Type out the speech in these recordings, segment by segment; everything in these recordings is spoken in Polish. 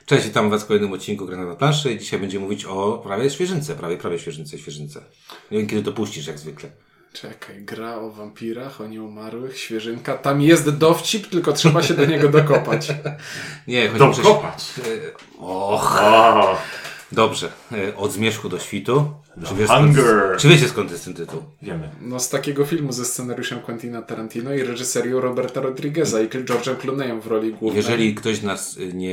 Cześć, witam was w kolejnym odcinku Grania na planszy. Dzisiaj będziemy mówić o prawie świeżynce. Nie wiem, kiedy to puścisz, jak zwykle. Czekaj, gra o wampirach, o nieumarłych, świeżynka. Tam jest dowcip, tylko trzeba się do niego dokopać. Nie, chodzi dokopać. Dobrze. Od zmierzchu do świtu. Hunger. Czy wiecie skąd jest ten tytuł? Wiemy. No z takiego filmu ze scenariuszem Quentina Tarantino i reżyserią Roberta Rodrigueza i George'em Clooneyem w roli głównej. Jeżeli ktoś nas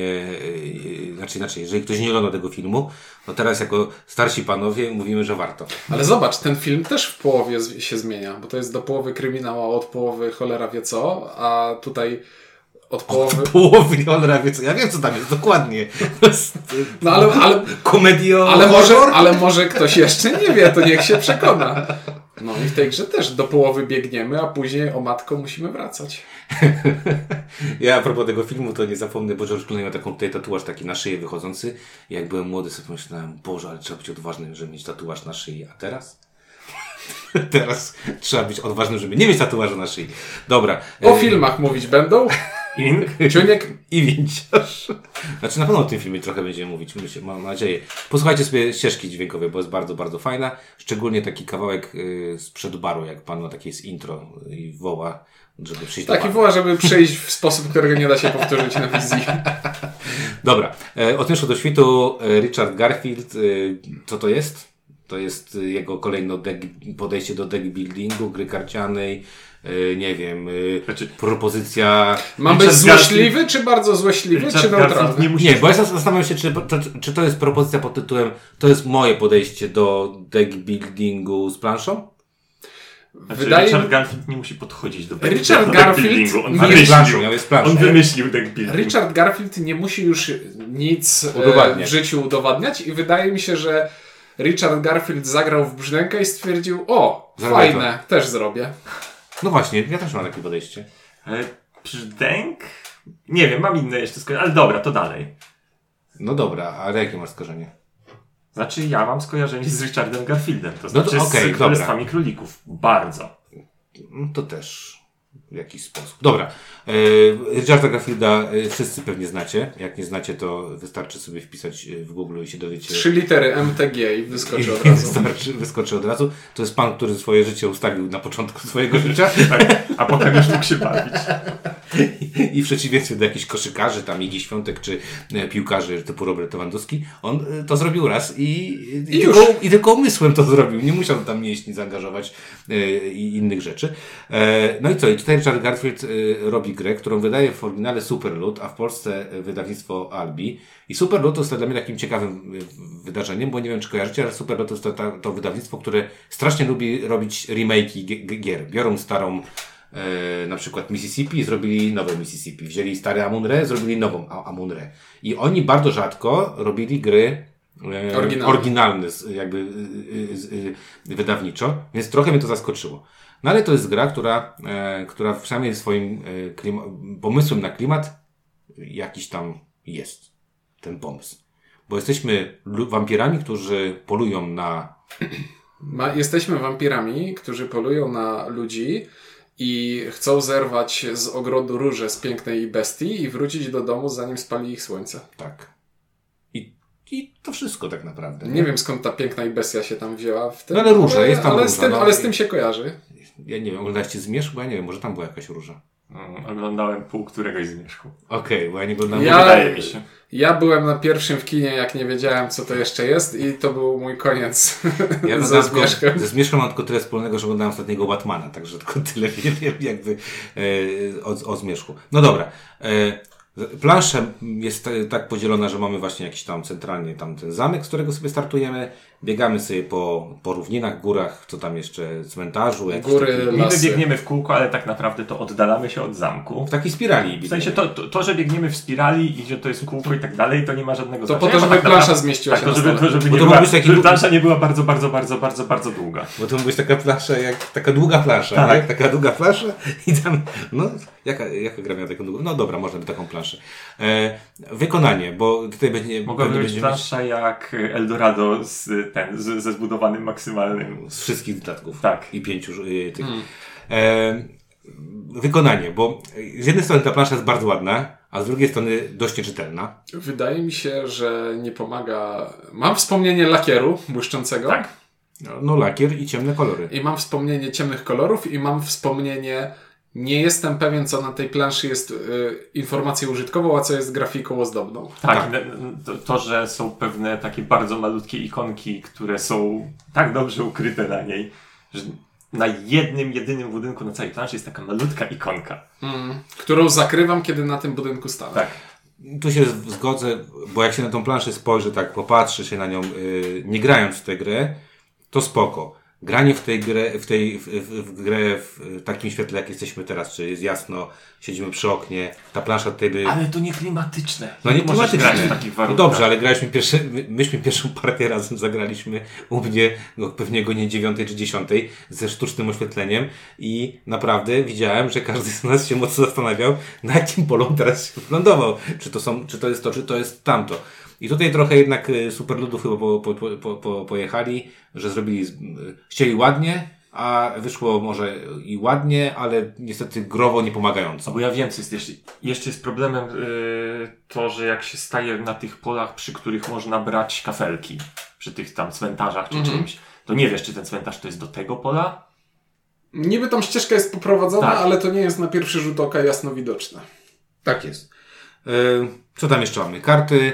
jeżeli ktoś nie ogląda tego filmu, to teraz jako starsi panowie mówimy, że warto. Ale zobacz, ten film też w połowie się zmienia, bo to jest do połowy kryminał, a od połowy cholera wie co, a tutaj od połowy cholera wie co. Ja wiem, co tam jest, dokładnie. No ale komedio. Ale może ktoś jeszcze nie wie, to niech się przekona. No i w tej grze też do połowy biegniemy, a później o matko musimy wracać. Ja a propos tego filmu, to nie zapomnę, bo George Clooney ma taką tutaj tatuaż taki na szyję wychodzący. Jak byłem młody, sobie pomyślałem, Boże, ale trzeba być odważnym, żeby mieć tatuaż na szyi. A teraz? Teraz trzeba być odważnym, żeby nie mieć tatuażu na szyi. Dobra. O filmach mówić będą? Ciuniek i Winciarz. Znaczy na pewno o tym filmie trochę będziemy mówić, mam nadzieję. Posłuchajcie sobie ścieżki dźwiękowej, bo jest bardzo, bardzo fajna. Szczególnie taki kawałek sprzed baru, jak pan ma takie z intro i woła, żeby przyjść taki woła, żeby przejść w sposób, którego nie da się powtórzyć na wizji. Dobra. Od zmierzchu do świtu Richard Garfield. Co to jest? To jest jego kolejne podejście do deckbuildingu, gry karcianej. Nie wiem, propozycja... Mam być złośliwy, czy bardzo złośliwy, czy neutralny? Nie, bo ja zastanawiam się, czy to jest propozycja pod tytułem to jest moje podejście do deckbuildingu z planszą? Richard Garfield nie musi podchodzić do deckbuildingu. On wymyślił deckbuilding. Richard Garfield nie musi już nic w życiu udowadniać i wydaje mi się, że Richard Garfield zagrał w brzdękę i stwierdził, fajne, też zrobię. No właśnie, ja też mam takie podejście. Brzdęk? Nie wiem, mam inne jeszcze skojarzenie, ale dobra, to dalej. No dobra, ale jakie masz skojarzenie? Znaczy ja mam skojarzenie z Richardem Garfieldem, to znaczy z Królestwami Królików. Bardzo. To też w jakiś sposób. Dobra. Richarda Garfielda wszyscy pewnie znacie. Jak nie znacie, to wystarczy sobie wpisać w Google i się dowiecie. 3 litery MTG i wyskoczy od razu. Wyskoczy od razu. To jest pan, który swoje życie ustawił na początku swojego życia. Tak, a potem już mógł się bawić. I w przeciwieństwie do jakichś koszykarzy, tam Igi Świątek, czy piłkarzy typu Robert Lewandowski, on to zrobił raz i tylko umysłem to zrobił. Nie musiał tam mięśni zaangażować i innych rzeczy. No i co? I tutaj Richard Garfield robi grę, którą wydaje w oryginale Superloot, a w Polsce wydawnictwo Albi. I Superloot to jest dla mnie takim ciekawym wydarzeniem, bo nie wiem, czy kojarzycie, ale Superloot to jest to wydawnictwo, które strasznie lubi robić remake'i gier. Biorą starą na przykład Mississippi i zrobili nowe Mississippi. Wzięli stare Amun-Re, zrobili nową Amun-Re. I oni bardzo rzadko robili gry oryginalne jakby wydawniczo, więc trochę mnie to zaskoczyło. No ale to jest gra, która przynajmniej swoim pomysłem na klimat jakiś tam jest ten pomysł. Bo jesteśmy wampirami, którzy polują na... Jesteśmy wampirami, którzy polują na ludzi i chcą zerwać z ogrodu róże z pięknej bestii i wrócić do domu, zanim spali ich słońce. Tak. I to wszystko tak naprawdę. Nie wiem, skąd ta piękna i bestia się tam wzięła w tym. No ale róża, jest tam róża. Ale z tym się kojarzy. Ja nie wiem, oglądaliście Zmierzch? Bo ja nie wiem, może tam była jakaś róża. Oglądałem pół któregoś Zmierzchu. Okej, bo ja nie oglądałem. Wydaje mi się. Ja byłem na pierwszym w kinie, jak nie wiedziałem, co to jeszcze jest i to był mój koniec ze Zmierzchem. Ze Zmierzchem mam tylko tyle wspólnego, że oglądałem ostatniego Batmana, także tylko tyle wiem jakby o Zmierzchu. No dobra. Plansza jest tak podzielona, że mamy właśnie jakiś tam centralnie tam ten zamek, z którego sobie startujemy. Biegamy sobie po równinach, górach, co tam jeszcze, cmentarzu. Góry, lasy. My biegniemy w kółko, ale tak naprawdę to oddalamy się od zamku. W takiej spirali. W sensie to, że biegniemy w spirali i że to jest kółko i tak dalej, to nie ma żadnego znaczenia. To po to, żeby plansza zmieściła się na stole. Żeby plansza nie była bardzo długa. Bo to ma być taka plansza, jak taka długa plansza, tak. Nie? Taka długa plansza i tam, no, jaka gra miała taką długą? No dobra, można by taką planszę. Wykonanie, bo tutaj będzie... Mogłaby być plansza jak Eldorado ze zbudowanym maksymalnym. Z wszystkich dodatków. Tak. I 5 tych. Wykonanie, bo z jednej strony ta plansza jest bardzo ładna, a z drugiej strony dość nieczytelna. Wydaje mi się, że nie pomaga... Mam wspomnienie lakieru błyszczącego. Tak. No lakier i ciemne kolory. I mam wspomnienie ciemnych kolorów i mam wspomnienie... Nie jestem pewien, co na tej planszy jest informacją użytkową, a co jest grafiką ozdobną. Tak, to, że są pewne takie bardzo malutkie ikonki, które są tak dobrze ukryte na niej, że na jednym, jedynym budynku na całej planszy jest taka malutka ikonka. Którą zakrywam, kiedy na tym budynku stanę. Tak. Tu się zgodzę, bo jak się na tą planszę spojrzy, tak popatrzy się na nią, nie grając w tę grę, to spoko. Granie w tej grę, w grę w takim świetle, jak jesteśmy teraz, czy jest jasno, siedzimy przy oknie, ta plansza tutaj by... Ale to nie klimatyczne. No nie klimatyczne. Grać w takich No warunkach. dobrze, ale myśmy pierwszą partię razem zagraliśmy u mnie, pewnie godzinie 9 czy 10 ze sztucznym oświetleniem i naprawdę widziałem, że każdy z nas się mocno zastanawiał, na jakim polu teraz się lądował. Czy to jest to, czy to jest tamto. I tutaj trochę jednak superludów chyba pojechali, że chcieli ładnie, a wyszło może i ładnie, ale niestety growo nie pomagająco. Bo ja wiem, co jest jeszcze jest problemem to, że jak się staje na tych polach, przy których można brać kafelki, przy tych tam cmentarzach czy czymś, to nie wiesz, czy ten cmentarz to jest do tego pola? Niby tam ścieżka jest poprowadzona, Tak. ale to nie jest na pierwszy rzut oka jasno widoczne. Tak jest. Co tam jeszcze mamy? Karty,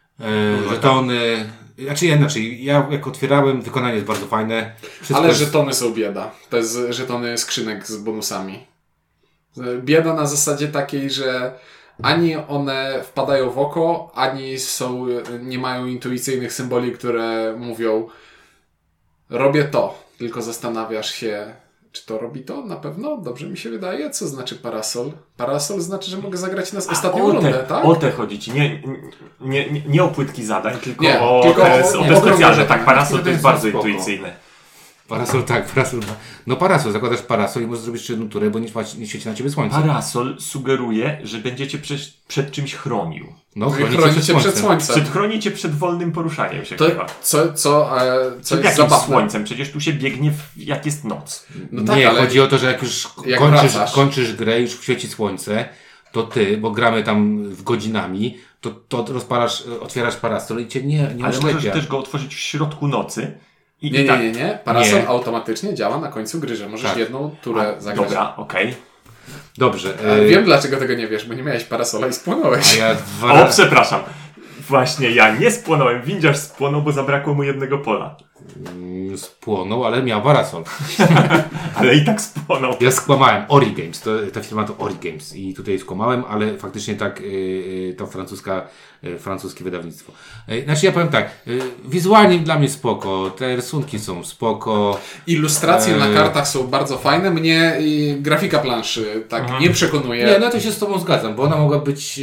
żetony. Ja jak otwierałem, wykonanie jest bardzo fajne. Ale jest... żetony są bieda. To jest żetony skrzynek z bonusami. Bieda na zasadzie takiej, że ani one wpadają w oko, ani nie mają intuicyjnych symboli, które mówią robię to, tylko zastanawiasz się, czy to robi to? Na pewno? Dobrze mi się wydaje. Co znaczy parasol? Parasol znaczy, że mogę zagrać na ostatnią rundę, tak? O te chodzi ci. Nie o płytki zadań, tylko Nie, o tylko te specjalne. okrągłe Tak, parasol to jest bardzo spoko. intuicyjne. Parasol, no parasol, zakładasz parasol i możesz zrobić jeszcze jedną turę, bo nie świeci na ciebie słońce. Parasol sugeruje, że będziecie przed czymś chronił. No, Chronicie przed słońcem. Chronicie przed wolnym poruszaniem się To, chyba. co Przed jest jakimś zabawne. słońcem, przecież tu się biegnie jak jest noc. No tak, nie, ale chodzi o to, że jak już jak kończysz grę, już świeci słońce, to ty, bo gramy tam w godzinami, to otwierasz parasol i cię nie Ale możesz oślepia. też go otworzyć w środku nocy. Nie. Parasol Nie. automatycznie działa na końcu gry, że możesz Tak. jedną turę zagrać. Dobra, okej. Dobrze. Wiem, dlaczego tego nie wiesz, bo nie miałeś parasola i spłonąłeś. A ja O, przepraszam. Właśnie ja nie spłonąłem. Windziarz spłonął, bo zabrakło mu jednego pola. spłonął, ale miał parasol. Ale i tak spłonął. Ja skłamałem. Ori Games. Ta firma to Ori Games. I tutaj skłamałem, ale faktycznie tak to francuskie wydawnictwo. Znaczy ja powiem tak. Wizualnie dla mnie spoko. Te rysunki są spoko. Ilustracje na kartach są bardzo fajne. Mnie grafika planszy tak nie przekonuje. Nie, no to się z tobą zgadzam, bo ona mogła być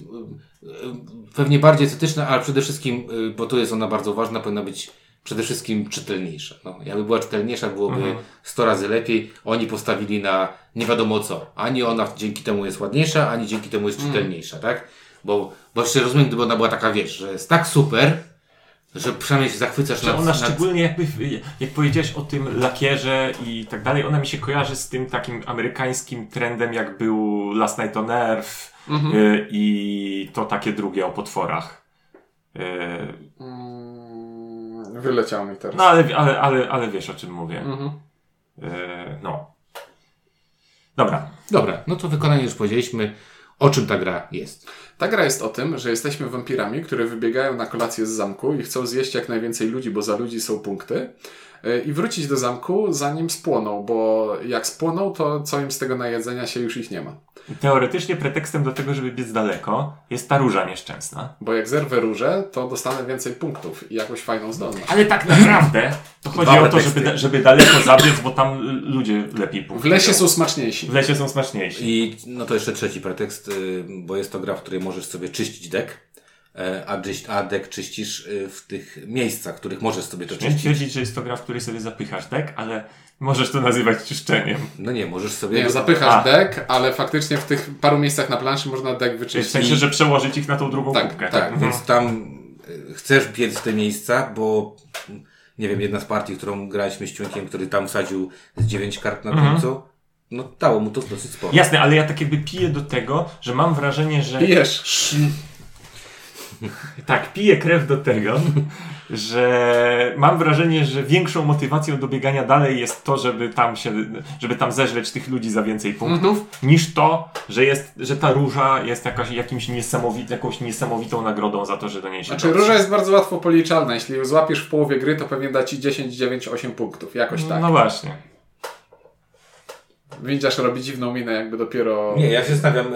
pewnie bardziej estetyczna, ale przede wszystkim, bo tu jest ona bardzo ważna, powinna być przede wszystkim czytelniejsza. No, jakby była czytelniejsza, byłoby 100 razy lepiej. Oni postawili na nie wiadomo co. Ani ona dzięki temu jest ładniejsza, ani dzięki temu jest czytelniejsza, tak? Bo jeszcze rozumiem, gdyby ona była taka, wiesz, że jest tak super, że przynajmniej się zachwycasz Że ona szczególnie jak powiedziałeś o tym lakierze i tak dalej, ona mi się kojarzy z tym takim amerykańskim trendem, jak był Last Night on Earth i to takie drugie o potworach. Wyleciał mi teraz. No ale wiesz, o czym mówię. No. Dobra, no to wykonanie już powiedzieliśmy. O czym ta gra jest? Ta gra jest o tym, że jesteśmy wampirami, które wybiegają na kolację z zamku i chcą zjeść jak najwięcej ludzi, bo za ludzi są punkty. I wrócić do zamku, zanim spłoną, bo jak spłoną, to co im z tego najedzenia się już ich nie ma. Teoretycznie pretekstem do tego, żeby biec daleko, jest ta róża nieszczęsna. Bo jak zerwę różę, to dostanę więcej punktów i jakąś fajną zdolność. Ale tak naprawdę to chodzi o to, żeby daleko zabiec, bo tam ludzie lepiej W punktują. lesie są smaczniejsi. W lesie są smaczniejsi. I no to jeszcze trzeci pretekst, bo jest to gra, w której możesz sobie czyścić deck, a deck czyścisz w tych miejscach, w których możesz sobie to Nie czyścić. twierdzić, że jest to gra, w której sobie zapychasz deck, ale możesz to nazywać czyszczeniem. No nie, możesz sobie... Nie, zapychasz deck, ale faktycznie w tych paru miejscach na planszy można deck W wyczyścić. sensie, że przełożyć ich na tą drugą Tak, kubkę. tak. Więc tam chcesz biec w te miejsca, bo nie wiem, jedna z partii, którą graliśmy z Ciunkiem, który tam wsadził z 9 kart na końcu, no dało mu to dosyć sporo. Jasne, ale ja tak jakby piję do tego, że mam wrażenie, że... Pijesz. Tak, piję krew do tego, że mam wrażenie, że większą motywacją do biegania dalej jest to, żeby tam zeżreć tych ludzi za więcej punktów, niż to, że ta róża jest jakąś niesamowitą nagrodą za to, że do niej się Znaczy dotrze. róża jest bardzo łatwo policzalna. Jeśli ją złapiesz w połowie gry, to pewnie da ci 10, 9, 8 punktów. Jakoś tak. No właśnie. Windziarz robi dziwną minę, jakby dopiero... Nie, ja się zastanawiam,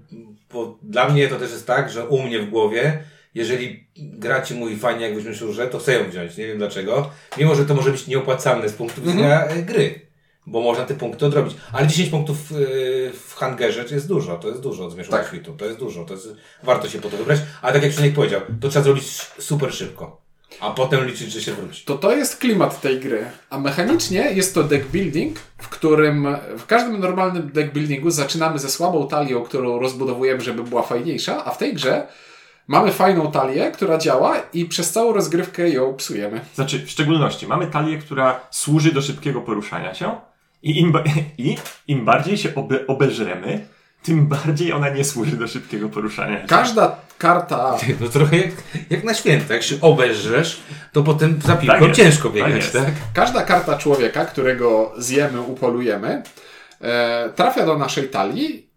bo dla mnie to też jest tak, że u mnie w głowie, jeżeli gra ci mówi fajnie, jak weźmiesz różę, to chcę ją wziąć. Nie wiem dlaczego. Mimo, że to może być nieopłacalne z punktu widzenia gry. Bo można te punkty odrobić. Ale 10 punktów w Hungerze to jest dużo. To jest dużo od Zmierzchu Świtu. To jest dużo. Warto się po to wybrać. Ale tak jak Przeniek powiedział, to trzeba zrobić super szybko. A potem liczyć, że się wróci. To jest klimat tej gry. A mechanicznie jest to deck building, w którym w każdym normalnym deck buildingu zaczynamy ze słabą talią, którą rozbudowujemy, żeby była fajniejsza, a w tej grze mamy fajną talię, która działa i przez całą rozgrywkę ją psujemy. Znaczy, w szczególności mamy talię, która służy do szybkiego poruszania się i im bardziej się obeżremy, tym bardziej ona nie służy do szybkiego poruszania się. Każda karta... No trochę jak na święta. Jak się obeżresz, to potem za piłką ciężko biegać, tak? Każda karta człowieka, którego zjemy, upolujemy, trafia do naszej talii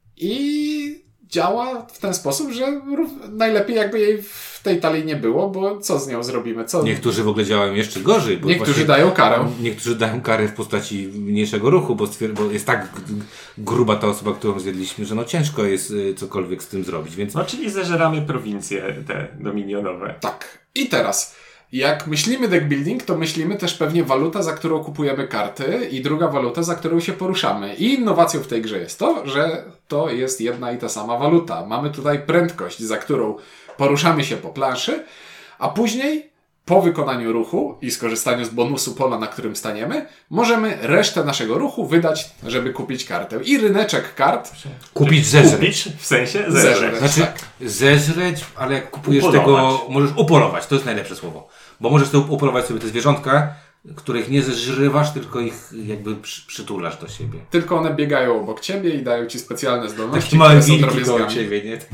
i działa w ten sposób, że najlepiej jakby jej w tej talii nie było, bo co z nią zrobimy? Niektórzy w ogóle działają jeszcze gorzej. Bo niektórzy dają karę. Niektórzy dają karę w postaci mniejszego ruchu, bo jest tak gruba ta osoba, którą zjedliśmy, że no ciężko jest cokolwiek z tym zrobić. Więc... No czyli zeżeramy prowincje te dominionowe. Tak. I teraz, jak myślimy deck building, to myślimy też pewnie waluta, za którą kupujemy karty i druga waluta, za którą się poruszamy. I innowacją w tej grze jest to, że to jest jedna i ta sama waluta. Mamy tutaj prędkość, za którą poruszamy się po planszy, a później po wykonaniu ruchu i skorzystaniu z bonusu pola, na którym staniemy, możemy resztę naszego ruchu wydać, żeby kupić kartę. I ryneczek kart... Kupić, zeżreć. Kupić, w sensie zeżreć. Znaczy, tak. zeżreć, ale jak kupujesz upolować. tego, możesz upolować, to jest najlepsze słowo. Bo możesz sobie upolować sobie te zwierzątka, których nie zeżrywasz, tylko ich jakby przytulasz do siebie. Tylko one biegają obok ciebie i dają ci specjalne zdolności, Takie małe które są wilki koło drobiazgami. ciebie, nie?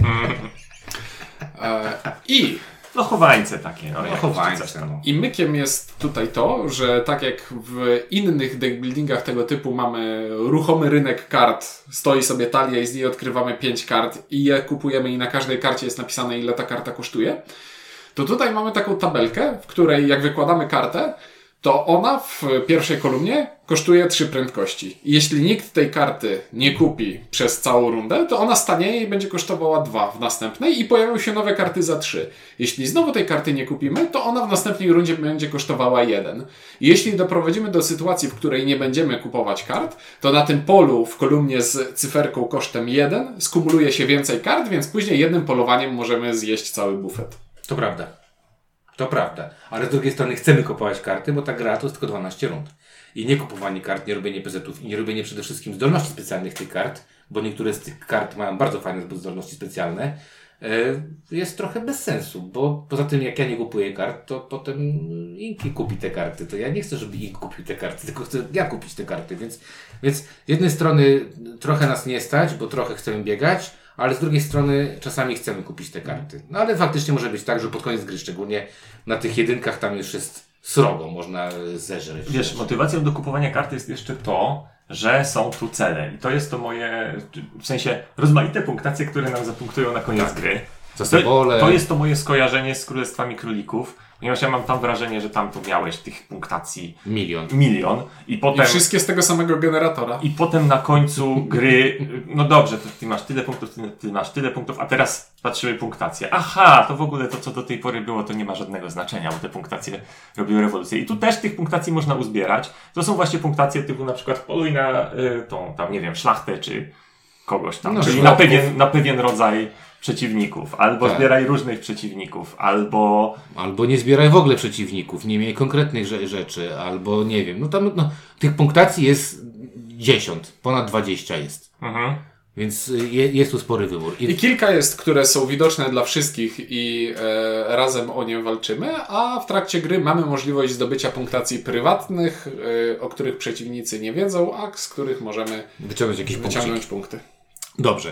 I No chowańce takie. No, chowańce, no. I mykiem jest tutaj to, że tak jak w innych deckbuildingach tego typu mamy ruchomy rynek kart, stoi sobie talia i z niej odkrywamy 5 kart i je kupujemy i na każdej karcie jest napisane, ile ta karta kosztuje, to tutaj mamy taką tabelkę, w której jak wykładamy kartę, to ona w pierwszej kolumnie kosztuje 3 prędkości. I jeśli nikt tej karty nie kupi przez całą rundę, to ona stanieje i będzie kosztowała 2 w następnej i pojawią się nowe karty za 3. Jeśli znowu tej karty nie kupimy, to ona w następnej rundzie będzie kosztowała 1. I jeśli doprowadzimy do sytuacji, w której nie będziemy kupować kart, to na tym polu w kolumnie z cyferką kosztem 1 skumuluje się więcej kart, więc później jednym polowaniem możemy zjeść cały bufet. To prawda. To prawda. Ale z drugiej strony chcemy kupować karty, bo ta gra to jest tylko 12 rund. I nie kupowanie kart, nie robienie PZ-ów i nie robienie przede wszystkim zdolności specjalnych tych kart, bo niektóre z tych kart mają bardzo fajne zdolności specjalne, jest trochę bez sensu, bo poza tym jak ja nie kupuję kart, to potem Inki kupi te karty. To ja nie chcę, żeby Ink kupił te karty, tylko chcę ja kupić te karty. Więc z jednej strony trochę nas nie stać, bo trochę chcemy biegać, ale z drugiej strony czasami chcemy kupić te karty. No ale faktycznie może być tak, że pod koniec gry, szczególnie na tych jedynkach, tam już jest srogo, można zeżreć. Wiesz, motywacją do kupowania karty jest jeszcze to, że są tu cele. I to jest to moje, w sensie rozmaite punktacje, które nam zapunktują na koniec gry. To jest to moje skojarzenie z Królestwami Królików, ponieważ ja mam tam wrażenie, że tam tu miałeś tych punktacji milion. I wszystkie z tego samego generatora. I potem na końcu gry, no dobrze, to ty masz tyle punktów, a teraz patrzymy punktację. Aha, to w ogóle to, co do tej pory było, to nie ma żadnego znaczenia, bo te punktacje robiły rewolucję. I tu też tych punktacji można uzbierać. To są właśnie punktacje typu na przykład poluj na tą, tam nie wiem, szlachtę, czy kogoś tam. No, czyli na pewien rodzaj przeciwników, albo zbieraj różnych przeciwników, albo nie zbieraj w ogóle przeciwników, nie miej konkretnych rzeczy, albo nie wiem, tych punktacji jest 10, ponad 20 jest. Więc jest tu spory wybór. I kilka jest, które są widoczne dla wszystkich i razem o nie walczymy, a w trakcie gry mamy możliwość zdobycia punktacji prywatnych, o których przeciwnicy nie wiedzą, a z których możemy wyciągnąć punkty. Dobrze.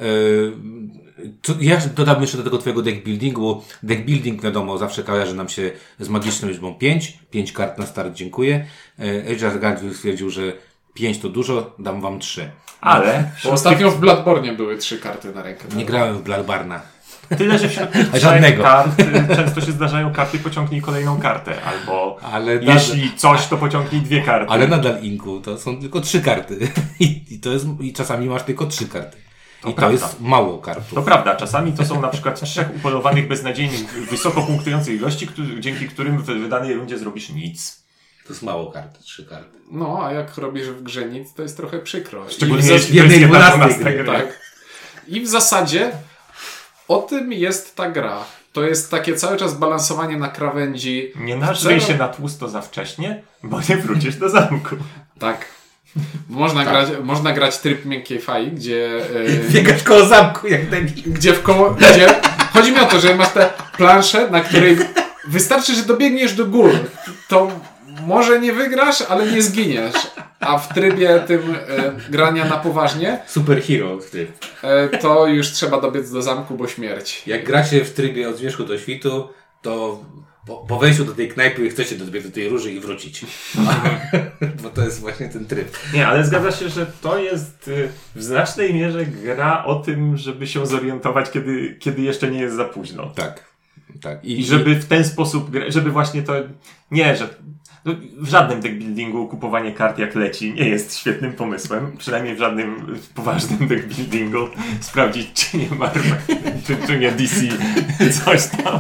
Ja dodam jeszcze do tego twojego deck buildingu. Deck building, wiadomo, zawsze kojarzy nam się z magiczną liczbą 5. 5 kart na start, dziękuję. Age Guardian stwierdził, że 5 to dużo, dam wam 3. Ale... Bo ostatnio w Bloodborne były 3 karty na rękę. Nie grałem w Bloodborne'a. Tyle, że wśród tych żadnego kart często się zdarzają karty pociągnij kolejną kartę, albo jeśli coś, to pociągnij 2 karty. Ale nadal Inku to są tylko 3 karty. I czasami masz tylko 3 karty. To jest mało kartów. To prawda, czasami to są na przykład 3 upolowanych beznadziejnych, wysoko punktujących gości, dzięki którym w danej rundzie zrobisz nic. To jest mało kart, 3 karty. No, a jak robisz w grze nic, to jest trochę przykro. Szczególnie jeśli to jest 12 gry. Tak. I w zasadzie o tym jest ta gra. To jest takie cały czas balansowanie na krawędzi. Nie nażryj się na tłusto za wcześnie, bo nie wrócisz do zamku. Tak. Można grać tryb miękkiej fali, gdzie... Biegasz koło zamku, jak debil. Gdzie chodzi mi o to, że masz tę planszę, na której wystarczy, że dobiegniesz do góry. To może nie wygrasz, ale nie zginiesz. A w trybie tym grania na poważnie... Superhero tryb. To już trzeba dobiec do zamku, bo śmierć. Jak gracie w trybie od zmierzchu do świtu, to po wejściu do tej knajpy chcecie dobiec do tej róży i wrócić. Bo to jest właśnie ten tryb. Nie, ale zgadza się, że to jest w znacznej mierze gra o tym, żeby się zorientować, kiedy jeszcze nie jest za późno. Tak. I żeby w ten sposób, żeby właśnie to... Nie, że... No, w żadnym deckbuildingu kupowanie kart jak leci nie jest świetnym pomysłem. Przynajmniej w żadnym poważnym deckbuildingu sprawdzić, czy nie Marvel, czy nie DC, coś tam.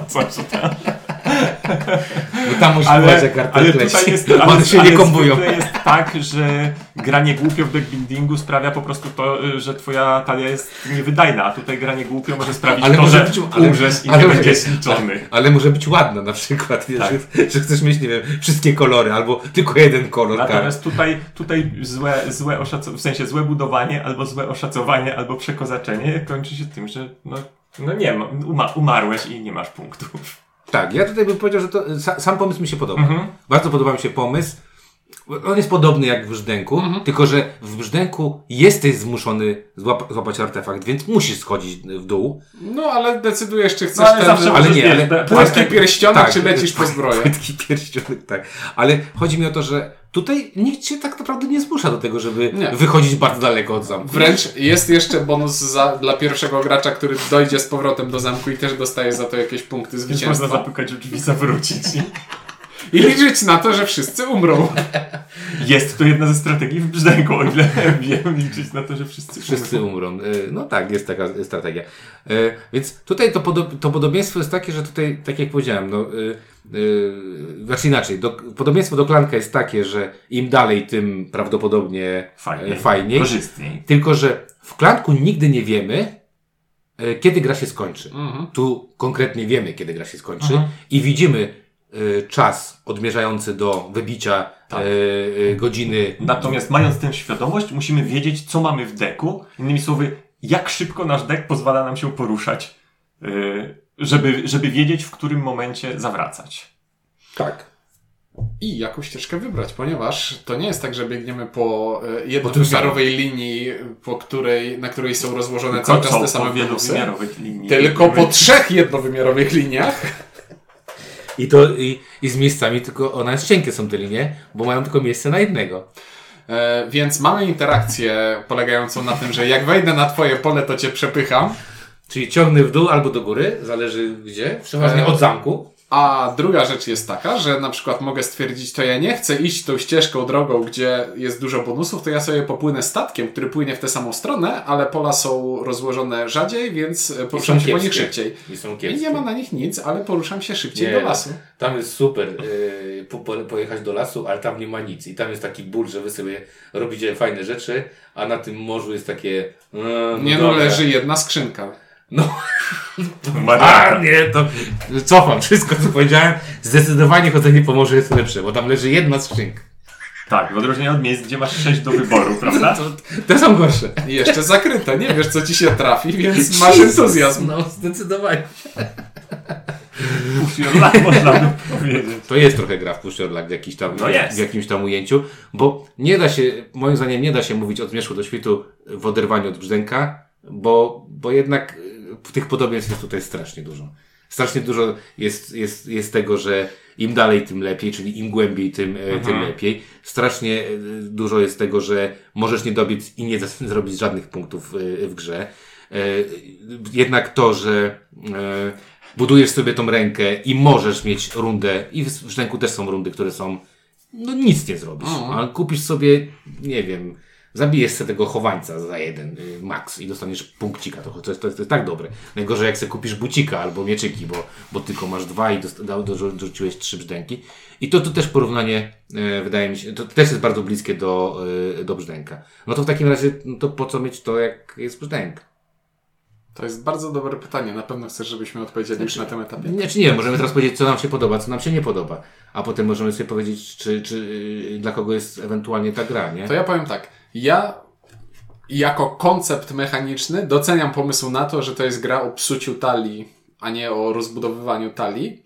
Bo tam musi być, że karty leci. One się nie kombują. Ale jest tak, że granie głupio w deckbuildingu sprawia po prostu to, że twoja talia jest niewydajna, a tutaj granie głupio może sprawić że umrzesz i nie będziesz liczony. Ale może być ładna na przykład, tak. że chcesz mieć, nie wiem, wszystkie kolory, albo tylko jeden kolor. Natomiast tutaj w sensie złe budowanie, albo złe oszacowanie, albo przekozaczenie kończy się tym, że umarłeś i nie masz punktów. Tak, ja tutaj bym powiedział, że to sam pomysł mi się podoba. Bardzo podoba mi się pomysł. On jest podobny jak w Brzdęku, tylko że w Brzdęku jesteś zmuszony złapać artefakt, więc musisz schodzić w dół. No, ale decydujesz, czy chcesz płatki pierścionek, czy lecisz po zbroję. Płatki pierścionek, tak. Ale chodzi mi o to, że tutaj nikt cię tak naprawdę nie zmusza do tego, żeby wychodzić bardzo daleko od zamku. Wręcz jest jeszcze bonus dla pierwszego gracza, który dojdzie z powrotem do zamku i też dostaje za to jakieś punkty zwycięstwa. Można zapukać drzwi, zawrócić. I liczyć na to, że wszyscy umrą. Jest to jedna ze strategii w Brzdęku, o ile wiem, liczyć na to, że wszyscy umrą. No tak, jest taka strategia. Więc tutaj to podobieństwo jest takie, że tutaj, tak jak powiedziałem, znaczy inaczej, podobieństwo do klanka jest takie, że im dalej, tym prawdopodobnie fajniej. Korzystniej. Tylko że w klanku nigdy nie wiemy, kiedy gra się skończy. Tu konkretnie wiemy, kiedy gra się skończy i widzimy czas odmierzający do wybicia godziny. Natomiast mając tę świadomość, musimy wiedzieć, co mamy w deku. Innymi słowy, jak szybko nasz dek pozwala nam się poruszać, żeby wiedzieć, w którym momencie zawracać. Tak. I jaką ścieżkę wybrać, ponieważ to nie jest tak, że biegniemy po jednowymiarowej linii, na której są rozłożone cały czas te same bonusy, tylko po 3 jednowymiarowych liniach. I z miejscami, tylko one cienkie są te linie, bo mają tylko miejsce na jednego. Więc mamy interakcję polegającą na tym, że jak wejdę na twoje pole, to cię przepycham. Czyli ciągnę w dół albo do góry, zależy gdzie, przeważnie od zamku. A druga rzecz jest taka, że na przykład mogę stwierdzić, to ja nie chcę iść tą ścieżką, drogą, gdzie jest dużo bonusów, to ja sobie popłynę statkiem, który płynie w tę samą stronę, ale pola są rozłożone rzadziej, więc poruszam się po nich szybciej. I nie ma na nich nic, ale poruszam się szybciej do lasu. Tam jest super pojechać do lasu, ale tam nie ma nic. I tam jest taki ból, że wy sobie robicie fajne rzeczy, a na tym morzu jest takie... leży jedna skrzynka. To cofam wszystko, co powiedziałem. Zdecydowanie chodzenie po morzu jest lepsze, bo tam leży jedna skrzynka. Tak, w odróżnieniu od miejsc, gdzie masz 6 do wyboru, prawda? Te są gorsze. I jeszcze zakryte, nie wiesz co ci się trafi, więc masz entuzjazm. No, zdecydowanie. Push your luck, można by powiedzieć. To jest trochę gra w Push Your Luck w jakimś tam ujęciu, bo nie da się, moim zdaniem nie da się mówić od zmierzchu do świtu w oderwaniu od brzdęka, bo jednak tych podobieństw jest tutaj strasznie dużo. Strasznie dużo jest tego, że im dalej, tym lepiej, czyli im głębiej, tym lepiej. Strasznie dużo jest tego, że możesz nie dobiec i nie zrobić żadnych punktów w grze. Jednak to, że budujesz sobie tą rękę i możesz mieć rundę, i w brzdęku też są rundy, które są, no nic nie zrobisz. Ale kupisz sobie, nie wiem, zabijesz sobie tego chowańca za 1 max i dostaniesz punkcika. To jest tak dobre. Najgorzej jak sobie kupisz bucika albo mieczyki, bo tylko masz 2 i dorzuciłeś 3 brzdęki. I to też porównanie, wydaje mi się, to też jest bardzo bliskie do brzdęka. No to w takim razie, no to po co mieć to, jak jest brzdęk? To jest bardzo dobre pytanie. Na pewno chcesz, żebyśmy odpowiedzieli już na tym etapie. Nie, możemy teraz powiedzieć, co nam się podoba, co nam się nie podoba. A potem możemy sobie powiedzieć, czy dla kogo jest ewentualnie ta gra, nie? To ja powiem tak. Ja jako koncept mechaniczny doceniam pomysł na to, że to jest gra o psuciu talii, a nie o rozbudowywaniu talii.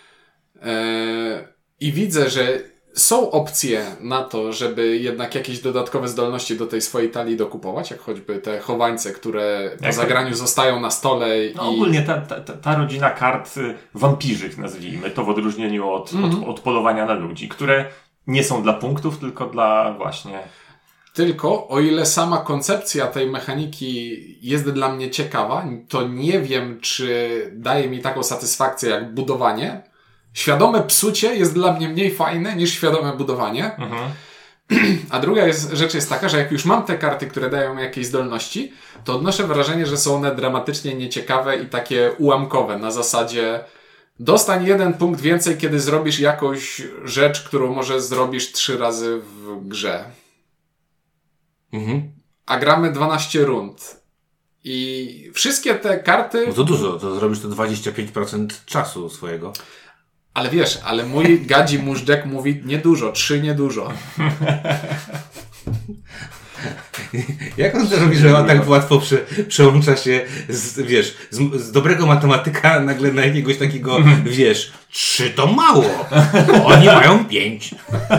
I widzę, że są opcje na to, żeby jednak jakieś dodatkowe zdolności do tej swojej talii dokupować, jak choćby te chowańce, które po zagraniu zostają na stole. No ogólnie ta rodzina kart wampirzych, nazwijmy to, w odróżnieniu od polowania na ludzi, które nie są dla punktów, tylko dla właśnie... Tylko o ile sama koncepcja tej mechaniki jest dla mnie ciekawa, to nie wiem, czy daje mi taką satysfakcję jak budowanie. Świadome psucie jest dla mnie mniej fajne niż świadome budowanie. A druga rzecz jest taka, że jak już mam te karty, które dają mi jakieś zdolności, to odnoszę wrażenie, że są one dramatycznie nieciekawe i takie ułamkowe. Na zasadzie dostań 1 punkt więcej, kiedy zrobisz jakąś rzecz, którą może zrobisz 3 razy w grze. A gramy 12 rund. I wszystkie te karty... No to dużo, to zrobisz to 25% czasu swojego. Ale wiesz, mój gadzi mużdżek mówi niedużo, 3 niedużo. Jak on to robi, że on tak łatwo przełącza się z dobrego matematyka nagle na jakiegoś takiego, 3 to mało, oni mają 5.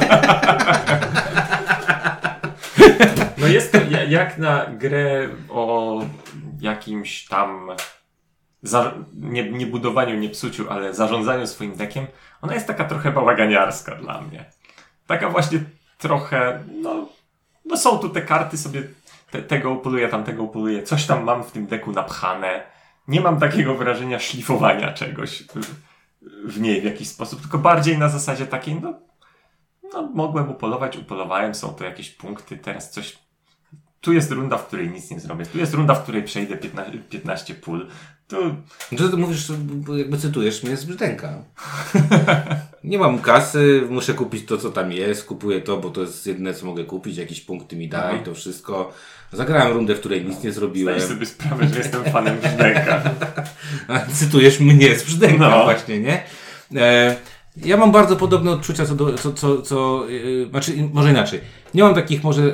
No jest to jak na grę o jakimś tam nie budowaniu, nie psuciu, ale zarządzaniu swoim deckiem. Ona jest taka trochę bałaganiarska dla mnie. Taka właśnie trochę, no są tu te karty sobie, tego upoluję, tamtego upoluję, coś tam mam w tym decku napchane. Nie mam takiego wrażenia szlifowania czegoś w niej w jakiś sposób, tylko bardziej na zasadzie takiej, mogłem upolowałem, są to jakieś punkty, teraz coś... Tu jest runda, w której nic nie zrobię. Tu jest runda, w której przejdę 15 pól. To mówisz, jakby cytujesz mnie z brzdęka. Nie mam kasy, muszę kupić to, co tam jest, kupuję to, bo to jest jedyne, co mogę kupić, jakieś punkty mi da i to wszystko. Zagrałem rundę, w której nic nie zrobiłem. Zdajesz sobie sprawę, że jestem fanem brzdęka. Cytujesz mnie z brzdęka właśnie, nie? Ja mam bardzo podobne odczucia znaczy, może inaczej. Nie mam takich może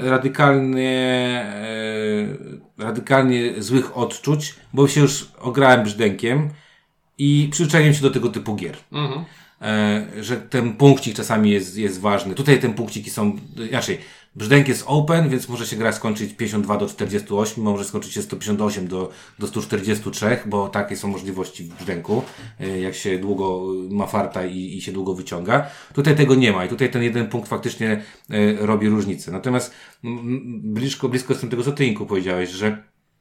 radykalnie złych odczuć, bo się już ograłem brzdękiem i przyzwyczaiłem się do tego typu gier. Że ten punkcik czasami jest ważny. Tutaj te punkciki są inaczej. Brzdęk jest open, więc może się gra skończyć 52 do 48, może skończyć się 158 do 143, bo takie są możliwości w brzdęku, jak się długo ma farta i się długo wyciąga. Tutaj tego nie ma i tutaj ten jeden punkt faktycznie robi różnicę. Natomiast blisko jestem tego, co ty, Inku, powiedziałeś, że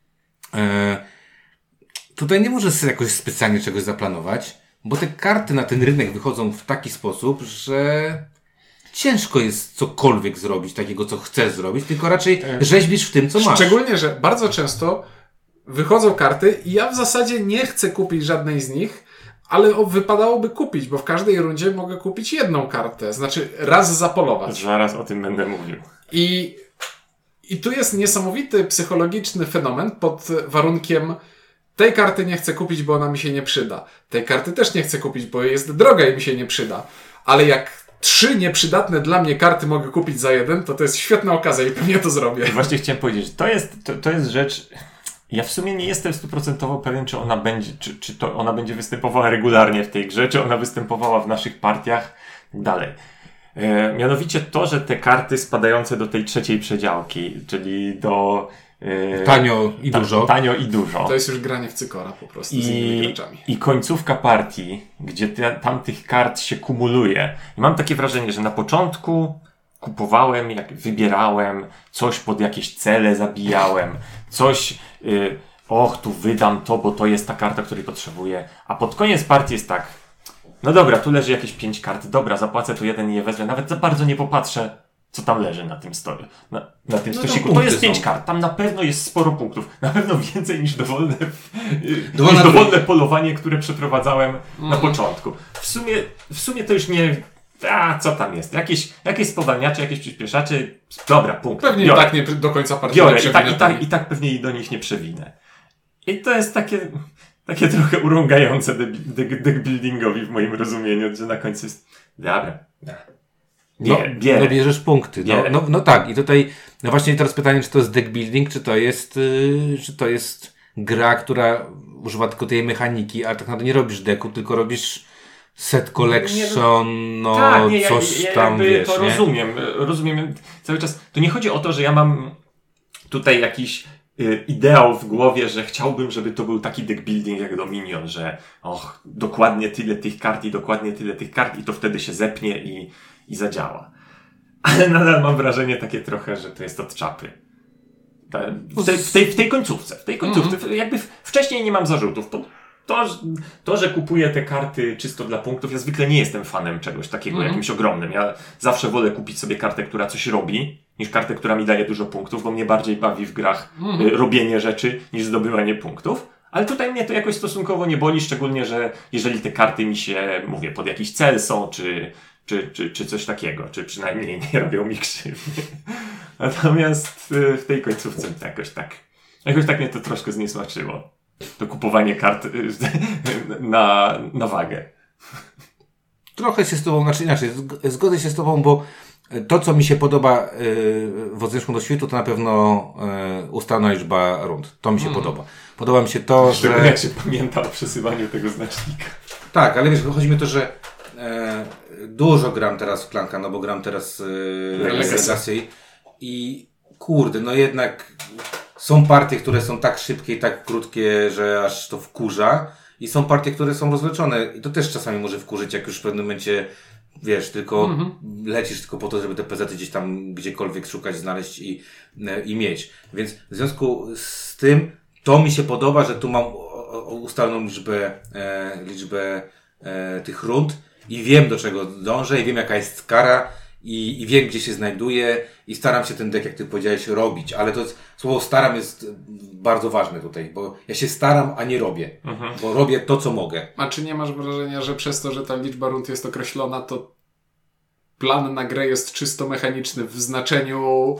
tutaj nie możesz sobie jakoś specjalnie czegoś zaplanować, bo te karty na ten rynek wychodzą w taki sposób, że ciężko jest cokolwiek zrobić, takiego, co chcesz zrobić, tylko raczej rzeźbisz w tym, co masz. Szczególnie, że bardzo często wychodzą karty i ja w zasadzie nie chcę kupić żadnej z nich, ale wypadałoby kupić, bo w każdej rundzie mogę kupić 1 kartę. Znaczy raz zapolować. Zaraz o tym będę mówił. I tu jest niesamowity psychologiczny fenomen pod warunkiem tej karty nie chcę kupić, bo ona mi się nie przyda. Tej karty też nie chcę kupić, bo jest droga i mi się nie przyda. Ale jak 3 nieprzydatne dla mnie karty mogę kupić za 1, to jest świetna okazja i pewnie to zrobię. Właśnie chciałem powiedzieć, to jest rzecz... Ja w sumie nie jestem 100% pewien, czy ona będzie, czy to ona będzie występowała regularnie w tej grze, czy ona występowała w naszych partiach dalej. Mianowicie to, że te karty spadające do tej trzeciej przedziałki, czyli do... Tanio i dużo. Tanio i dużo. To jest już granie w cykora po prostu z innymi graczami. I końcówka partii, gdzie tam tych kart się kumuluje. I mam takie wrażenie, że na początku kupowałem, wybierałem, coś pod jakieś cele zabijałem, coś, tu wydam to, bo to jest ta karta, której potrzebuję. A pod koniec partii jest tak, no dobra, tu leży jakieś 5 kart, dobra, zapłacę tu jeden i je wezmę, nawet za bardzo nie popatrzę, co tam leży na tym stole, na tym stosiku. To jest 5 kart, tam na pewno jest sporo punktów, na pewno więcej niż dowolne polowanie, które przeprowadzałem na początku. W sumie to już nie... co tam jest? Jakieś spowalniacze, jakieś przyspieszacze. Dobra, punkt. Pewnie biorę. tak nie do końca partii Biorę nie i tak pewnie do nich nie przewinę. I to jest takie trochę urągające deckbuildingowi w moim rozumieniu, że na końcu jest dobra. No bierzesz punkty. No tak. I tutaj no właśnie teraz pytanie, czy to jest deckbuilding, czy to jest gra, która używa tylko tej mechaniki, ale tak naprawdę nie robisz decku, tylko robisz set collection, coś tam, wiesz, to nie? Rozumiem cały czas. To nie chodzi o to, że ja mam tutaj jakiś ideał w głowie, że chciałbym, żeby to był taki deckbuilding jak Dominion, że dokładnie tyle tych kart i dokładnie tyle tych kart i to wtedy się zepnie i zadziała. Ale nadal mam wrażenie takie trochę, że to jest od czapy. W tej końcówce. Jakby wcześniej nie mam zarzutów. To, że kupuję te karty czysto dla punktów, ja zwykle nie jestem fanem czegoś takiego jakimś ogromnym. Ja zawsze wolę kupić sobie kartę, która coś robi, niż kartę, która mi daje dużo punktów, bo mnie bardziej bawi w grach robienie rzeczy, niż zdobywanie punktów. Ale tutaj mnie to jakoś stosunkowo nie boli, szczególnie, że jeżeli te karty mi się, pod jakiś cel są, czy coś takiego, czy przynajmniej nie robią mi krzywdy. Natomiast w tej końcówce jakoś tak mnie to troszkę zniesmaczyło. To kupowanie kart na wagę. Trochę się z tobą, inaczej, zgodzę się z tobą, bo to, co mi się podoba w Odzysku do świtu, to na pewno ustalona liczba rund. To mi się podoba. Podoba mi się to, że... jak się pamięta o przesuwaniu tego znacznika. Tak, ale wiesz, chodzi mi o to, że dużo gram teraz w Klanka, no bo gram teraz Legacy i kurde, no jednak są partie, które są tak szybkie i tak krótkie, że aż to wkurza i są partie, które są rozwleczone i to też czasami może wkurzyć, jak już w pewnym momencie wiesz, tylko lecisz tylko po to, żeby te PZ-y gdzieś tam gdziekolwiek szukać, znaleźć i mieć. Więc w związku z tym to mi się podoba, że tu mam ustaloną liczbę tych rund i wiem, do czego dążę i wiem, jaka jest kara i wiem, gdzie się znajduję i staram się ten deck, jak ty powiedziałeś, robić. Ale to słowo staram jest bardzo ważne tutaj, bo ja się staram, a nie robię. Bo robię to, co mogę. A czy nie masz wrażenia, że przez to, że ta liczba rund jest określona, to plan na grę jest czysto mechaniczny w znaczeniu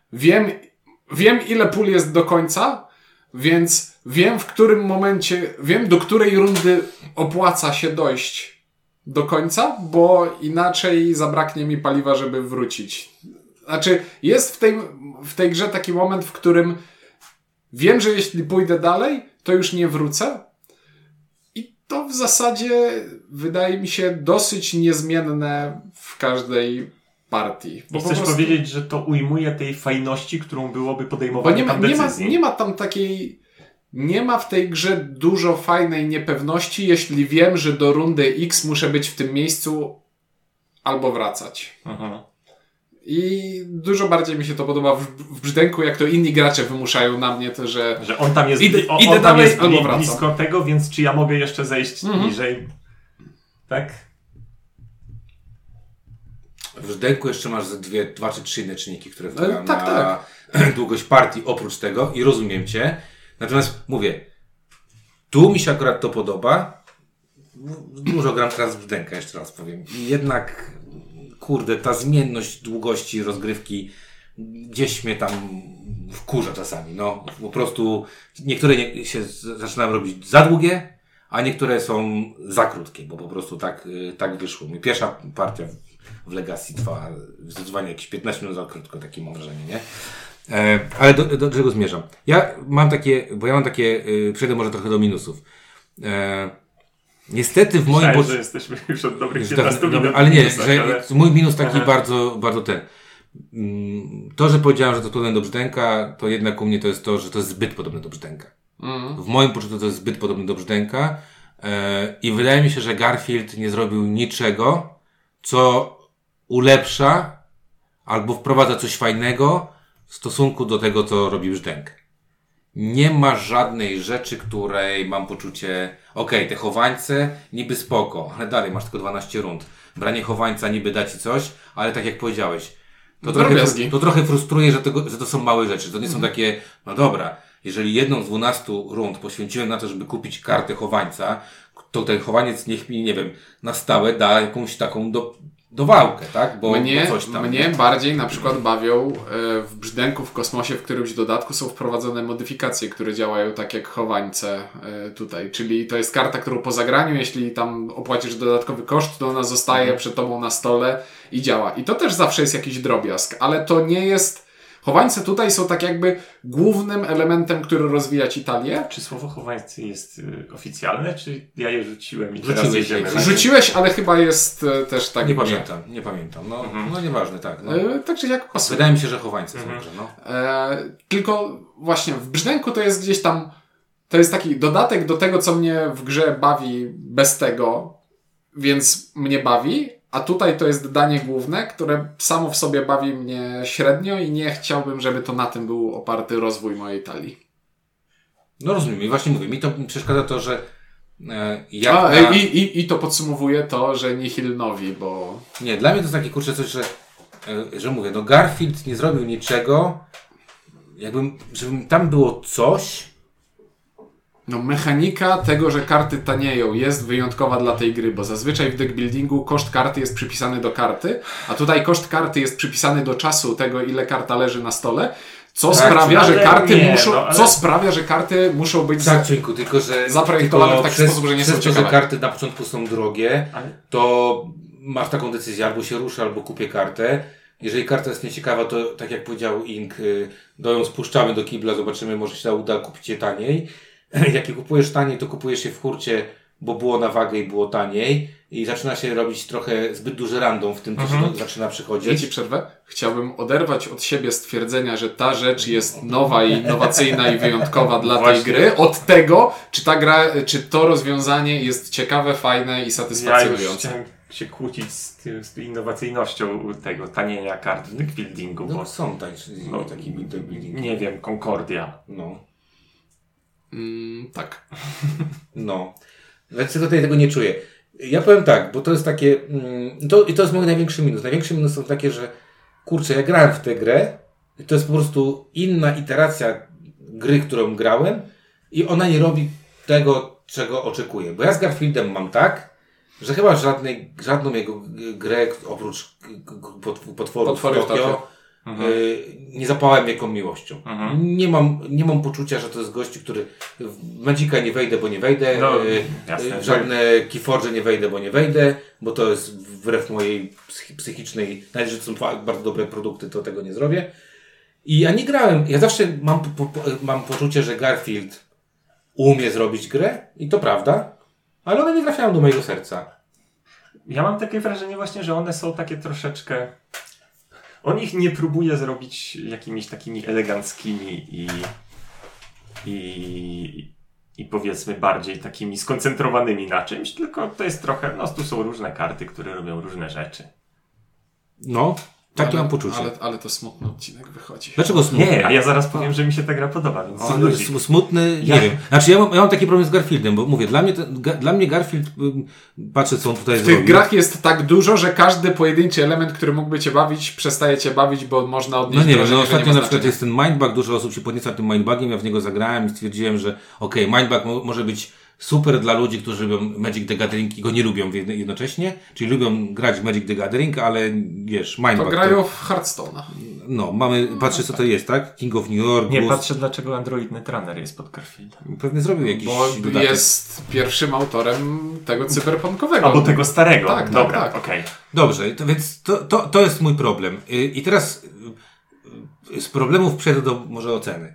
wiem ile pól jest do końca, więc wiem w którym momencie, wiem do której rundy opłaca się dojść do końca, bo inaczej zabraknie mi paliwa, żeby wrócić. Znaczy, jest w tej grze taki moment, w którym wiem, że jeśli pójdę dalej, to już nie wrócę. I to w zasadzie wydaje mi się dosyć niezmienne w każdej partii. Bo chcesz powiedzieć, że to ujmuje tej fajności, którą byłoby podejmowanie tam decyzji? Nie ma tam takiej... Nie ma w tej grze dużo fajnej niepewności, jeśli wiem, że do rundy X muszę być w tym miejscu albo wracać. I dużo bardziej mi się to podoba w brzdęku, jak to inni gracze wymuszają na mnie, to że on tam jest, idę dalej albo wracam. Blisko tego, więc czy ja mogę jeszcze zejść niżej? Tak? W brzdęku jeszcze masz dwa czy trzy inne czynniki, które wpływają na długość partii oprócz tego i rozumiem cię. Natomiast mówię, tu mi się akurat to podoba. Dużo gram teraz w brzdęka, jeszcze raz powiem. I jednak, kurde, ta zmienność długości rozgrywki gdzieś mnie tam wkurza czasami. No, po prostu niektóre się zaczynają robić za długie, a niektóre są za krótkie, bo po prostu tak wyszło. Mi pierwsza partia w Legacy trwa zdecydowanie jakieś 15 minut za krótko, takie mam wrażenie, nie? Ale do czego zmierzam? Ja mam takie, przejdę może trochę do minusów. Niestety w moim... że jesteśmy już od dobrych 15 minut. Ale nie, że mój minus taki bardzo, bardzo ten. To, że powiedziałem, że to podobne do Brzdęka, to jednak u mnie to jest to, że to jest zbyt podobne do Brzdęka. W moim poczuciu to jest zbyt podobne do Brzdęka i wydaje mi się, że Garfield nie zrobił niczego, co ulepsza albo wprowadza coś fajnego w stosunku do tego, co robi Brzdęk. Nie ma żadnej rzeczy, której mam poczucie, te chowańce niby spoko, ale dalej masz tylko 12 rund. Branie chowańca niby da ci coś, ale tak jak powiedziałeś, to trochę frustruje, że to są małe rzeczy. To nie są takie, no dobra, jeżeli jedną z 12 rund poświęciłem na to, żeby kupić kartę chowańca, to ten chowaniec niech mi, nie wiem, na stałe da jakąś taką dowałkę, tak? Bo coś tam. Mnie bardziej na przykład bawią w Brzdęku w kosmosie, w którymś dodatku są wprowadzone modyfikacje, które działają tak jak chowańce tutaj. Czyli to jest karta, którą po zagraniu, jeśli tam opłacisz dodatkowy koszt, to ona zostaje przed tobą na stole i działa. I to też zawsze jest jakiś drobiazg, ale to nie jest... Chowańce tutaj są tak jakby głównym elementem, który rozwija ci talię. Czy słowo chowańcy jest oficjalne, czy ja je rzuciłem i teraz Rzuciłeś, ale chyba jest też tak. Nie pamiętam. No nieważne, tak. No. Także jak pasuje. Wydaje mi się, że chowańce są dobrze, no. Tylko właśnie w Brzdęku to jest gdzieś tam, to jest taki dodatek do tego, co mnie w grze bawi bez tego, więc mnie bawi. A tutaj to jest danie główne, które samo w sobie bawi mnie średnio i nie chciałbym, żeby to na tym był oparty rozwój mojej talii. No rozumiem. I właśnie mówię, mi to przeszkadza to, że I to podsumowuje to, że nihil nowi, bo... Nie, dla mnie to jest takie kurczę coś, że mówię, no Garfield nie zrobił niczego, żeby tam było coś... No mechanika tego, że karty tanieją jest wyjątkowa dla tej gry, bo zazwyczaj w deckbuildingu koszt karty jest przypisany do karty, a tutaj koszt karty jest przypisany do czasu tego, ile karta leży na stole, co sprawia, że karty muszą być zaprojektowane w taki sposób, że nie są ciekawe. Że karty na początku są drogie, to masz taką decyzję, albo się ruszę, albo kupię kartę. Jeżeli karta jest nieciekawa, to tak jak powiedział Ink, ją spuszczamy do kibla, zobaczymy, może się uda kupić je taniej. Jak je kupujesz taniej, to kupujesz je w hurcie, bo było na wagę i było taniej i zaczyna się robić trochę zbyt duży random w tym, co się zaczyna przychodzić. Ja ci przerwę. Chciałbym oderwać od siebie stwierdzenia, że ta rzecz jest nowa i innowacyjna i wyjątkowa dla tej gry, od tego, czy ta gra, czy to rozwiązanie jest ciekawe, fajne i satysfakcjonujące. Ja już chciałem się kłócić z innowacyjnością tego tanienia kart w deckbuildingu. No bo są taki deckbuilding. Nie wiem, Concordia. No. Tak. No. Więc tutaj tego nie czuję. Ja powiem tak, bo to jest takie... I to jest mój największy minus. Największy minus są takie, że kurczę, ja grałem w tę grę i to jest po prostu inna iteracja gry, którą grałem i ona nie robi tego, czego oczekuję. Bo ja z Garfieldem mam tak, że chyba żadną jego grę oprócz potworów w Tokio nie zapałałem jaką miłością. Nie mam poczucia, że to jest gościu, który w Magica nie wejdę, bo nie wejdę, w żadne Keyforge nie wejdę, bo nie wejdę, bo to jest wbrew mojej psychicznej, nawet że to są bardzo dobre produkty, to tego nie zrobię. I ja nie grałem. Ja zawsze mam poczucie, że Garfield umie zrobić grę i to prawda, ale one nie trafiają do mojego serca. Ja mam takie wrażenie właśnie, że one są takie troszeczkę... On ich nie próbuje zrobić jakimiś takimi eleganckimi i powiedzmy bardziej takimi skoncentrowanymi na czymś, tylko to jest trochę, tu są różne karty, które robią różne rzeczy. No, takie mam poczucie. Ale to smutny odcinek wychodzi. Dlaczego smutny? Nie, ja zaraz powiem, że mi się ta gra podoba, więc smutny, nie wiem. Znaczy ja mam taki problem z Garfieldem, bo mówię, dla mnie Garfield, patrzę co on tutaj zrobił. W tych grach jest tak dużo, że każdy pojedynczy element, który mógłby cię bawić, przestaje cię bawić, bo można odnieść wrażenie, że ostatnio na przykład jest ten Mindbug, dużo osób się podnieca tym Mindbugiem, ja w niego zagrałem i stwierdziłem, że Mindbug może być super dla ludzi, którzy lubią Magic the Gathering i go nie lubią jednocześnie, czyli lubią grać w Magic the Gathering, ale wiesz, Mindbug... To grają w Hearthstone'a. patrzę co to jest, tak? King of New York. Nie, patrzę dlaczego Android Netrunner jest pod Garfieldem. Pewnie zrobił jakiś Bo dodatek. jest pierwszym autorem tego cyberpunkowego. Albo tego starego. Tak, dobra, tak. okej. Dobrze, więc to jest mój problem. I teraz z problemów przejdę do może oceny.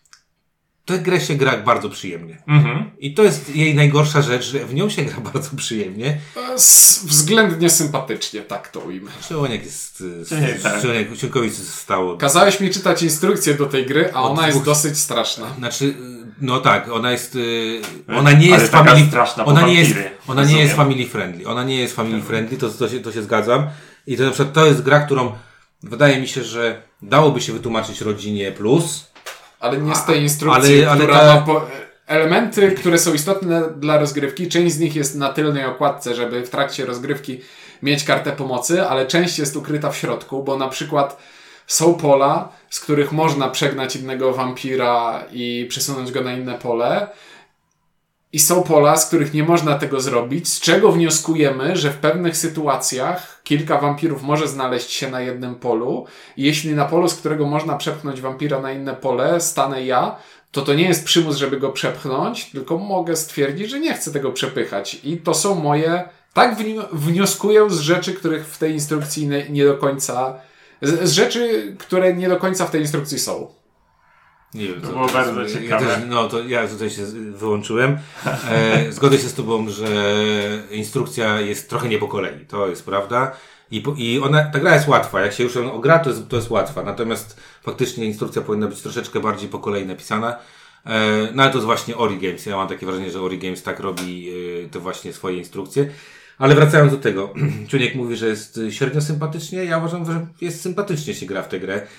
Tę grę się gra bardzo przyjemnie. I to jest jej najgorsza rzecz, że w nią się gra bardzo przyjemnie. Względnie sympatycznie, tak to ujmę. Członek jest... Tak. Członkowi stało. Kazałeś mi czytać instrukcję do tej gry, a ona jest dosyć straszna. Znaczy, no tak, ona jest... Ona nie jest family... straszna, Ona nie jest family friendly. Ona nie jest family friendly, to się zgadzam. I to na przykład to jest gra, którą wydaje mi się, że dałoby się wytłumaczyć rodzinie plus. Ale nie z tej instrukcji, która ta... ma elementy, które są istotne dla rozgrywki. Część z nich jest na tylnej okładce, żeby w trakcie rozgrywki mieć kartę pomocy, ale część jest ukryta w środku, bo na przykład są pola, z których można przegnać innego wampira i przesunąć go na inne pole. I są pola, z których nie można tego zrobić, z czego wnioskujemy, że w pewnych sytuacjach kilka wampirów może znaleźć się na jednym polu. I jeśli na polu, z którego można przepchnąć wampira na inne pole, stanę ja, to nie jest przymus, żeby go przepchnąć, tylko mogę stwierdzić, że nie chcę tego przepychać. I to są moje... Tak wnioskuję z rzeczy, których w tej instrukcji nie do końca... Z rzeczy, które nie do końca w tej instrukcji są. Nie wiem, to było bardzo ciekawe. Ja tutaj się wyłączyłem. Zgodzę się z tobą, że instrukcja jest trochę nie po kolei. To jest prawda. I ta gra jest łatwa. Jak się już ją gra, to jest łatwa. Natomiast faktycznie instrukcja powinna być troszeczkę bardziej po kolei napisana. No ale to jest właśnie Ori Games. Ja mam takie wrażenie, że Ori Games tak robi to właśnie swoje instrukcje. Ale wracając do tego. Czuniek mówi, że jest średnio sympatycznie. Ja uważam, że jest sympatycznie się gra w tę grę.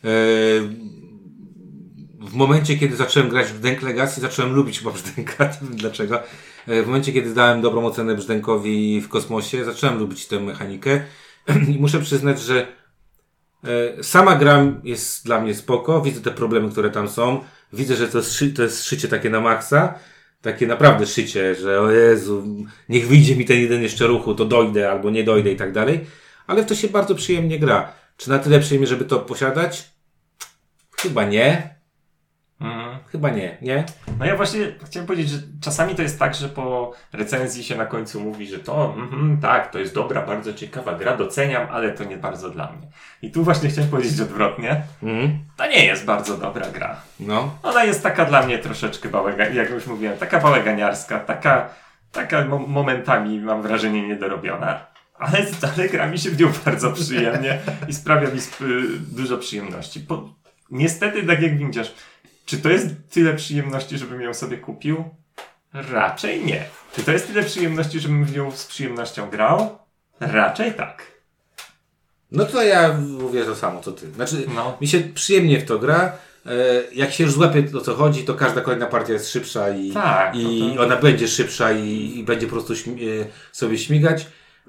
W momencie, kiedy zacząłem grać w Brzdęk Legacy, zacząłem lubić chyba Brzdęka, nie wiem dlaczego. W momencie, kiedy dałem dobrą ocenę Brzdękowi w Kosmosie, zacząłem lubić tę mechanikę i muszę przyznać, że sama gra jest dla mnie spoko, widzę te problemy, które tam są, widzę, że to jest szycie takie na maksa, takie naprawdę szycie, że o Jezu, niech wyjdzie mi ten jeden jeszcze ruchu, to dojdę albo nie dojdę i tak dalej, ale w to się bardzo przyjemnie gra. Czy na tyle przyjemnie, żeby to posiadać? Chyba nie. Chyba nie? No ja właśnie chciałem powiedzieć, że czasami to jest tak, że po recenzji się na końcu mówi, że to tak, to jest dobra, bardzo ciekawa gra, doceniam, ale to nie bardzo dla mnie. I tu właśnie chciałem powiedzieć odwrotnie. To nie jest bardzo dobra gra. No. Ona jest taka dla mnie troszeczkę jak już mówiłem, taka bałaganiarska, taka momentami mam wrażenie niedorobiona. Ale gra mi się w nią bardzo przyjemnie i sprawia mi dużo przyjemności. Niestety, tak jak widzisz, czy to jest tyle przyjemności, żebym ją sobie kupił? Raczej nie. Czy to jest tyle przyjemności, żebym w nią z przyjemnością grał? Raczej tak. No to ja mówię to samo, co ty. Znaczy, mi się przyjemnie w to gra. Jak się już złapie o co chodzi, to każda kolejna partia jest szybsza i ona będzie szybsza i będzie po prostu sobie śmigać.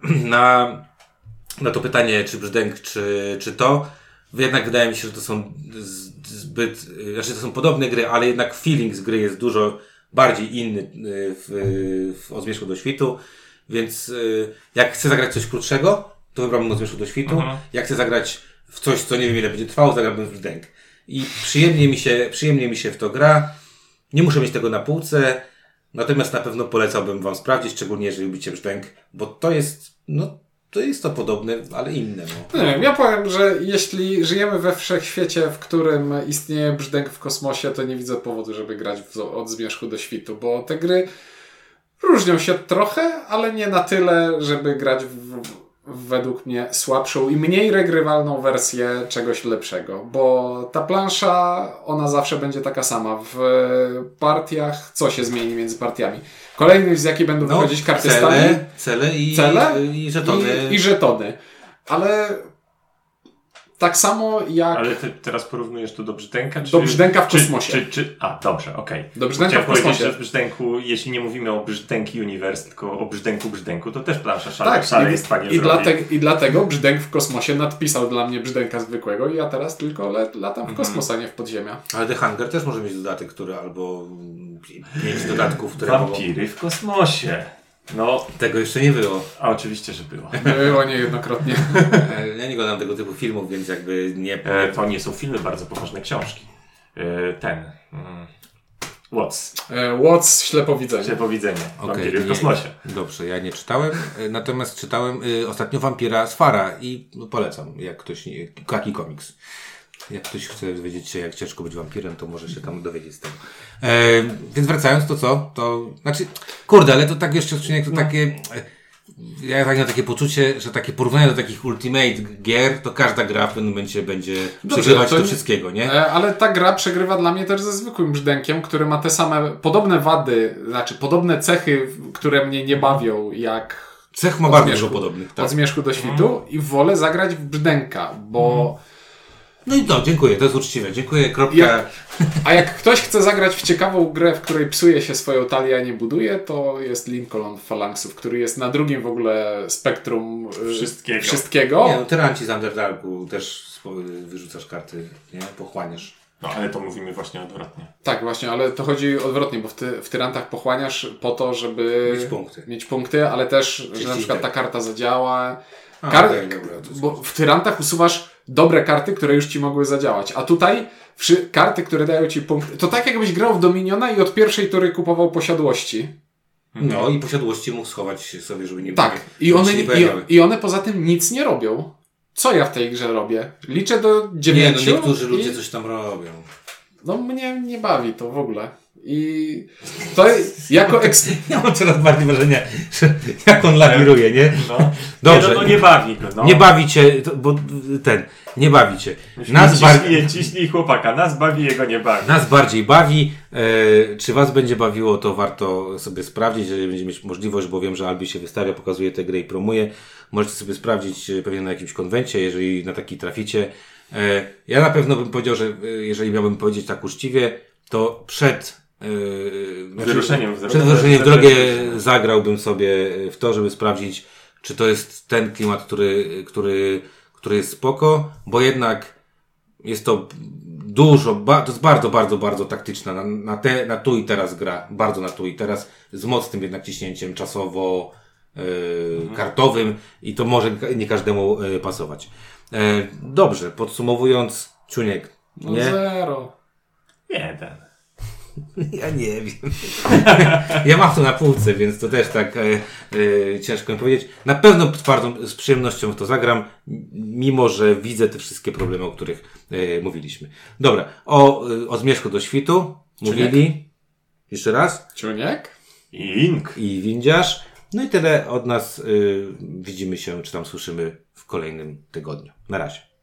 Na to pytanie, czy Brzdęk, czy to, jednak wydaje mi się, że to są to są podobne gry, ale jednak feeling z gry jest dużo bardziej inny o Zmierzchu do Świtu, więc jak chcę zagrać coś krótszego, to wybrałbym o Zmierzchu do Świtu. Jak chcę zagrać w coś, co nie wiem ile będzie trwało, zagrałbym w Brzdęk. I przyjemnie mi się w to gra. Nie muszę mieć tego na półce, natomiast na pewno polecałbym wam sprawdzić, szczególnie jeżeli lubicie Brzdęk, bo to jest to podobne, ale inne. Nie wiem, ja powiem, że jeśli żyjemy we wszechświecie, w którym istnieje Brzdęk w kosmosie, to nie widzę powodu, żeby grać od Zmierzchu do Świtu, bo te gry różnią się trochę, ale nie na tyle, żeby grać według mnie słabszą i mniej regrywalną wersję czegoś lepszego, bo ta plansza, ona zawsze będzie taka sama. W partiach co się zmieni między partiami? Kolejność, z jakiej będą wychodzić karty stali. Cele i żetony. I żetony. Ale tak samo jak... Ale ty teraz porównujesz to do Brzdęka? Do Brzdęka w kosmosie. Dobrze, okej. Do Brzdęka w kosmosie. Że w Brzdęku, jeśli nie mówimy o Brzdęk Universe, tylko o Brzdęku, to też plansza szaleństwa nie zrobi. I dlatego Brzdęk w kosmosie nadpisał dla mnie Brzdęka zwykłego i ja teraz tylko latam w kosmos, a nie w podziemia. Ale The Hunger też może mieć dodatek, który albo 5 dodatków, które Wampiry w kosmosie. No, Tego jeszcze nie było. a oczywiście, że było. Było niejednokrotnie. Ja nie oglądam tego typu filmów, więc jakby nie... To nie są filmy, bardzo poważne książki. Watts, ślepowidzenie. Ślepowidzenie. Okej, Wampiry w nie. kosmosie. Dobrze, ja nie czytałem, natomiast czytałem ostatnio Wampira z Fara i polecam, jak ktoś, Kaki Comics. Jak ktoś chce dowiedzieć się, jak ciężko być wampirem, to może się tam dowiedzieć z tego. Więc wracając, to co? To, znaczy, kurde, ale to tak jeszcze odcinek, to takie... Ja tak mam takie poczucie, że takie porównanie do takich ultimate gier, to każda gra w pewnym momencie będzie przegrywać do wszystkiego, nie? Ale ta gra przegrywa dla mnie też ze zwykłym brzdękiem, który ma te same, podobne wady, znaczy podobne cechy, które mnie nie bawią, jak Cech ma bardzo dużo podobnych, tak? od zmierzchu do świtu i wolę zagrać w brzdęka, bo... No i to, dziękuję, to jest uczciwe. Dziękuję, kropka. A jak ktoś chce zagrać w ciekawą grę, w której psuje się swoją talię, a nie buduje, to jest Lincoln Phalanxów, który jest na drugim w ogóle spektrum wszystkiego. Nie, no tyranci z Underdarku też wyrzucasz karty, nie? Pochłaniasz. No, ale to mówimy właśnie odwrotnie. Tak, właśnie, ale to chodzi odwrotnie, bo w tyrantach pochłaniasz po to, żeby mieć punkty, ale też, że na przykład ta karta zadziała. Okay, dobra, bo w tyrantach usuwasz dobre karty, które już ci mogły zadziałać, a tutaj karty, które dają ci punkty, to tak jakbyś grał w Dominiona i od pierwszej tury kupował posiadłości. No i posiadłości mógł schować sobie, żeby nie tak. I one poza tym nic nie robią. Co ja w tej grze robię? Liczę do 9. Nie, no niektórzy ludzie coś tam robią. No mnie nie bawi to w ogóle. I to jako Ja mam coraz bardziej wrażenie, że jak on lawiruje, nie? No. Dobrze. Nie bawi go. No. Nie bawi cię, nie bawi cię. Ciśnij chłopaka, nas bawi, jego nie bawi. Nas bardziej bawi. Czy was będzie bawiło, to warto sobie sprawdzić, jeżeli będzie mieć możliwość, bo wiem, że Albi się wystawia, pokazuje tę grę i promuje. Możecie sobie sprawdzić pewnie na jakimś konwencie, jeżeli na taki traficie. Ja na pewno bym powiedział, że jeżeli miałbym powiedzieć tak uczciwie, to przed wyruszeniem w drogę zagrałbym sobie w to, żeby sprawdzić, czy to jest ten klimat, który jest spoko, bo jednak jest to to jest bardzo, bardzo, bardzo taktyczna na tu i teraz gra, bardzo na tu i teraz, z mocnym jednak ciśnięciem czasowo kartowym i to może nie każdemu pasować. Dobrze, podsumowując, Czuniek, nie? 0. 1. Ja nie wiem. Ja mam to na półce, więc to też tak ciężko mi powiedzieć. Na pewno z przyjemnością w to zagram, mimo że widzę te wszystkie problemy, o których mówiliśmy. Dobra, o Zmierzchu do świtu mówili. Jeszcze raz. Czuniek. Ink. I Windziarz. No i tyle od nas. Widzimy się, czy tam słyszymy w kolejnym tygodniu. Na razie.